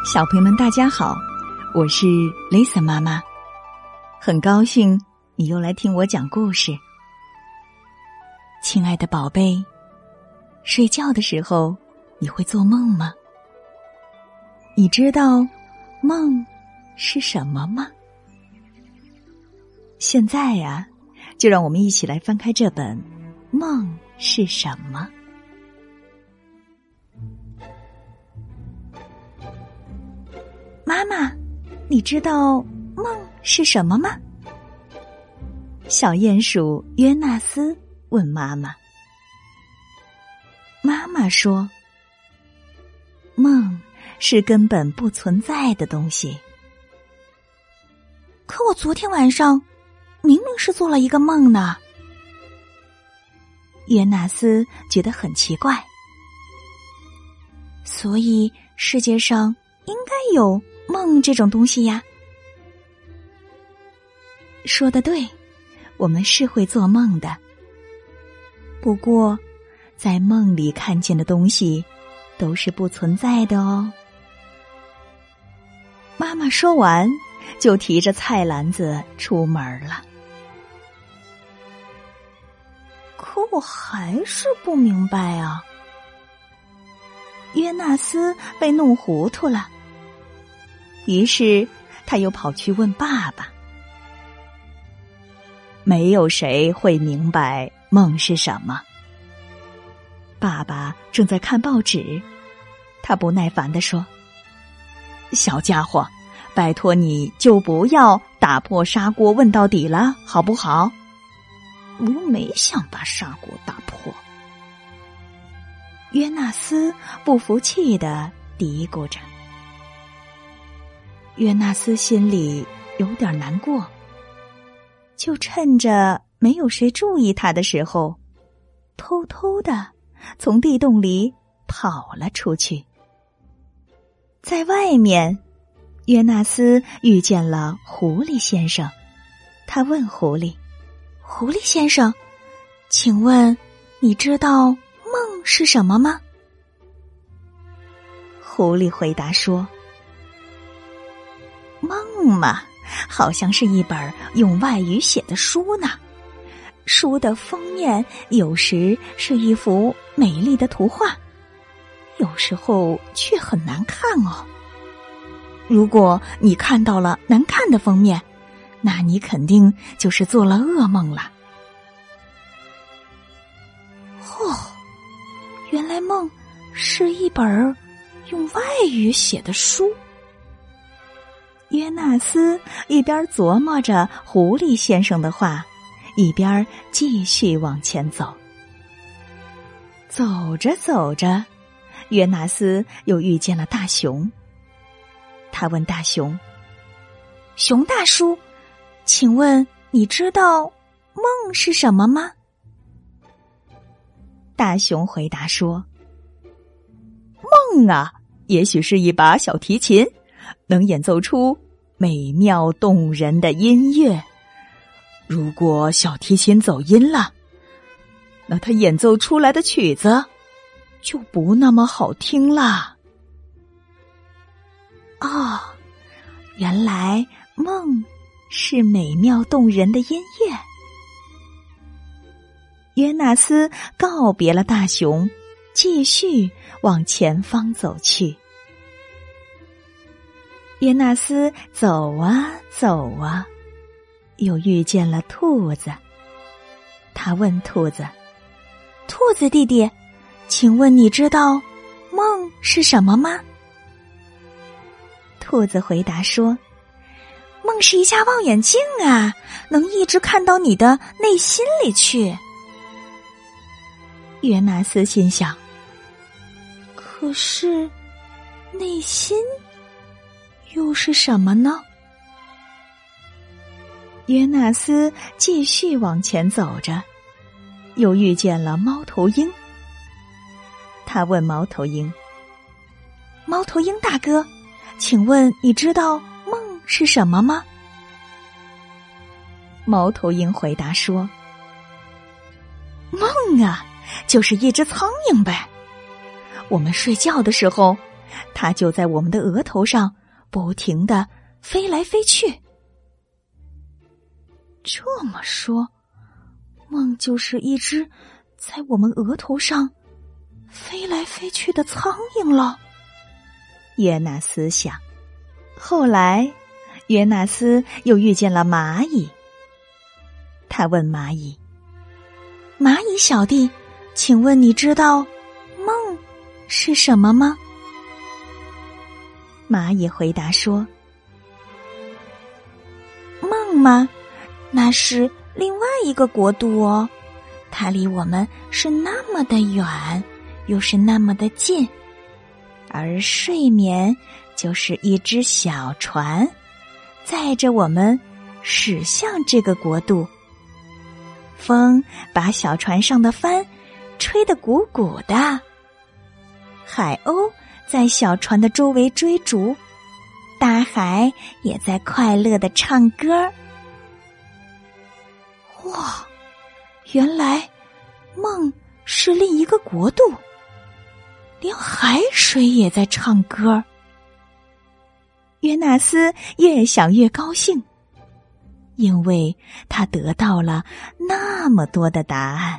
小朋友们大家好，我是 Lisa 妈妈，很高兴你又来听我讲故事。亲爱的宝贝，睡觉的时候你会做梦吗？你知道梦是什么吗？现在呀，就让我们一起来翻开这本《梦是什么》。妈妈，你知道梦是什么吗？小鼹鼠约纳斯问妈妈。妈妈说，梦是根本不存在的东西。可我昨天晚上明明是做了一个梦呢。约纳斯觉得很奇怪。所以世界上应该有梦这种东西呀。说得对，我们是会做梦的。不过在梦里看见的东西都是不存在的哦。妈妈说完就提着菜篮子出门了。可我还是不明白啊。约纳斯被弄糊涂了。于是他又跑去问爸爸。没有谁会明白梦是什么。爸爸正在看报纸，他不耐烦地说，小家伙，拜托你就不要打破砂锅问到底了，好不好？我又没想把砂锅打破。约纳斯不服气地嘀咕着。约纳斯心里有点难过，就趁着没有谁注意他的时候，偷偷地从地洞里跑了出去。在外面，约纳斯遇见了狐狸先生。他问狐狸，狐狸先生，请问你知道梦是什么吗？狐狸回答说，梦嘛，好像是一本用外语写的书呢。书的封面有时是一幅美丽的图画，有时候却很难看哦。如果你看到了难看的封面，那你肯定就是做了噩梦了。哦，原来梦是一本用外语写的书。约纳斯一边琢磨着狐狸先生的话，一边继续往前走。走着走着，约纳斯又遇见了大熊。他问大熊，熊大叔，请问你知道梦是什么吗？大熊回答说，梦啊，也许是一把小提琴，能演奏出美妙动人的音乐。如果小提琴走音了，那它演奏出来的曲子就不那么好听啦。哦，原来梦是美妙动人的音乐。约纳斯告别了大熊，继续往前方走去。约纳斯走啊走啊，又遇见了兔子。他问兔子，兔子弟弟，请问你知道梦是什么吗？兔子回答说，梦是一下望远镜啊，能一直看到你的内心里去。约纳斯心想，可是内心又是什么呢？约纳斯继续往前走着，又遇见了猫头鹰。他问猫头鹰，猫头鹰大哥，请问你知道梦是什么吗？猫头鹰回答说，梦啊，就是一只苍蝇呗。我们睡觉的时候它就在我们的额头上不停地飞来飞去。这么说，梦就是一只在我们额头上飞来飞去的苍蝇了。约纳斯想。后来，约纳斯又遇见了蚂蚁。他问蚂蚁：“蚂蚁小弟，请问你知道梦是什么吗？”蚂蚁回答说：“梦吗？那是另外一个国度哦，它离我们是那么的远，又是那么的近，而睡眠就是一只小船，载着我们驶向这个国度。风把小船上的帆吹得鼓鼓的，海鸥在小船的周围追逐，大海也在快乐地唱歌。哇，原来梦是另一个国度，连海水也在唱歌。约纳斯越想越高兴，因为他得到了那么多的答案。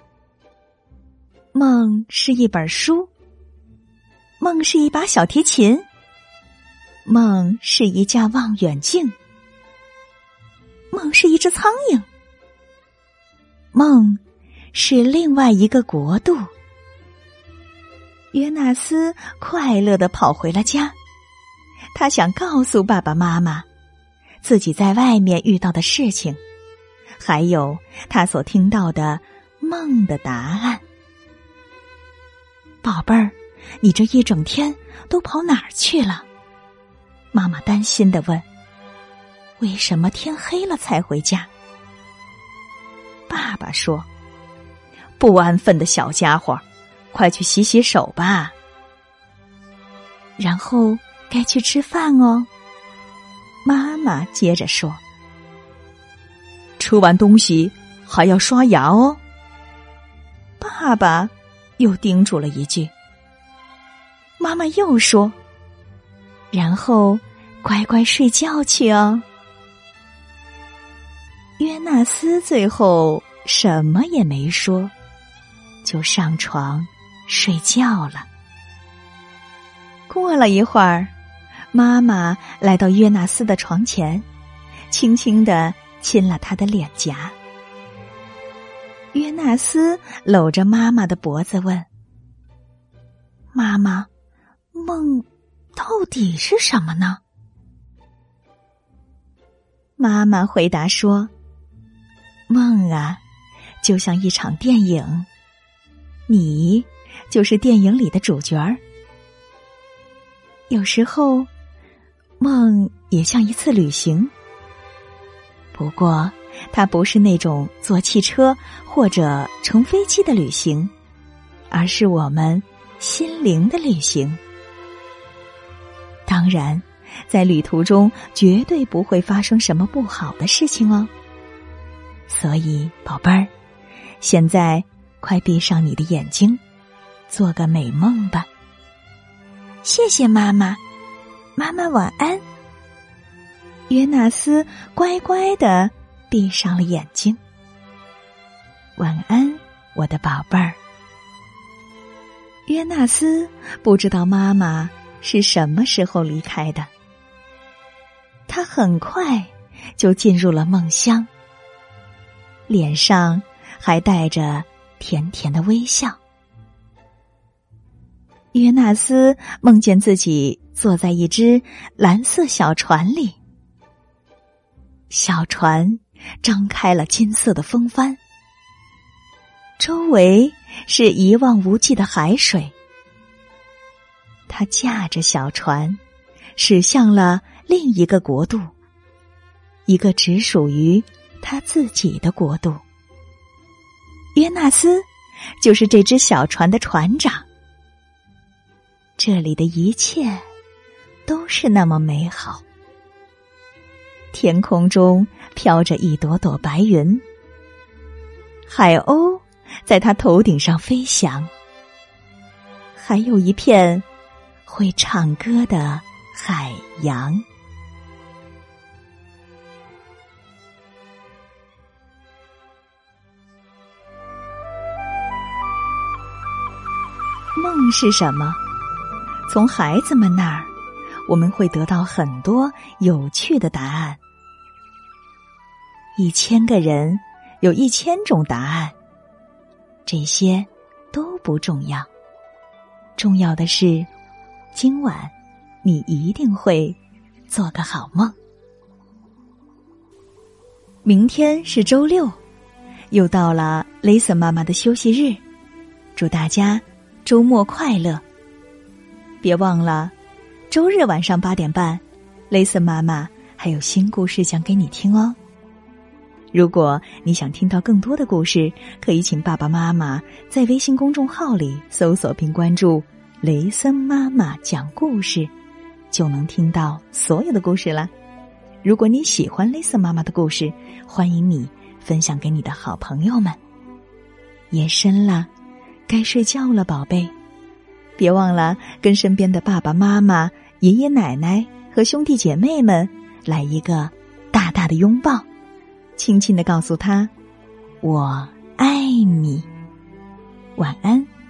梦是一本书，梦是一把小提琴，梦是一架望远镜，梦是一只苍蝇，梦是另外一个国度。约纳斯快乐地跑回了家，他想告诉爸爸妈妈自己在外面遇到的事情，还有他所听到的梦的答案。宝贝儿，你这一整天都跑哪儿去了？妈妈担心地问。为什么天黑了才回家？爸爸说，不安分的小家伙，快去洗洗手吧。然后该去吃饭哦。妈妈接着说，吃完东西还要刷牙哦。爸爸又叮嘱了一句。妈妈又说，然后乖乖睡觉去哦。约纳斯最后什么也没说，就上床睡觉了。过了一会儿，妈妈来到约纳斯的床前，轻轻地亲了他的脸颊。约纳斯搂着妈妈的脖子问，妈妈，梦到底是什么呢？妈妈回答说，梦啊，就像一场电影，你就是电影里的主角儿。有时候，梦也像一次旅行，不过它不是那种坐汽车或者乘飞机的旅行，而是我们心灵的旅行。当然，在旅途中绝对不会发生什么不好的事情哦。所以，宝贝儿，现在快闭上你的眼睛，做个美梦吧。谢谢妈妈，妈妈晚安。约纳斯乖乖地闭上了眼睛。晚安，我的宝贝儿。约纳斯不知道妈妈是什么时候离开的，他很快就进入了梦乡，脸上还带着甜甜的微笑。约纳斯梦见自己坐在一只蓝色小船里，小船张开了金色的风帆，周围是一望无际的海水。他驾着小船驶向了另一个国度，一个只属于他自己的国度。约纳斯就是这只小船的船长。这里的一切都是那么美好。天空中飘着一朵朵白云，海鸥在他头顶上飞翔，还有一片会唱歌的海洋。梦是什么？从孩子们那儿，我们会得到很多有趣的答案。1000个人有1000种答案，这些都不重要。重要的是，今晚你一定会做个好梦。明天是周6，又到了雷森妈妈的休息日，祝大家周末快乐。别忘了，周日晚上8点半，雷森妈妈还有新故事讲给你听哦。如果你想听到更多的故事，可以请爸爸妈妈在微信公众号里搜索并关注雷森妈妈讲故事，就能听到所有的故事了。如果你喜欢雷森妈妈的故事，欢迎你分享给你的好朋友们。夜深了，该睡觉了，宝贝。别忘了跟身边的爸爸妈妈、爷爷奶奶和兄弟姐妹们来一个大大的拥抱，轻轻地告诉他，我爱你。晚安。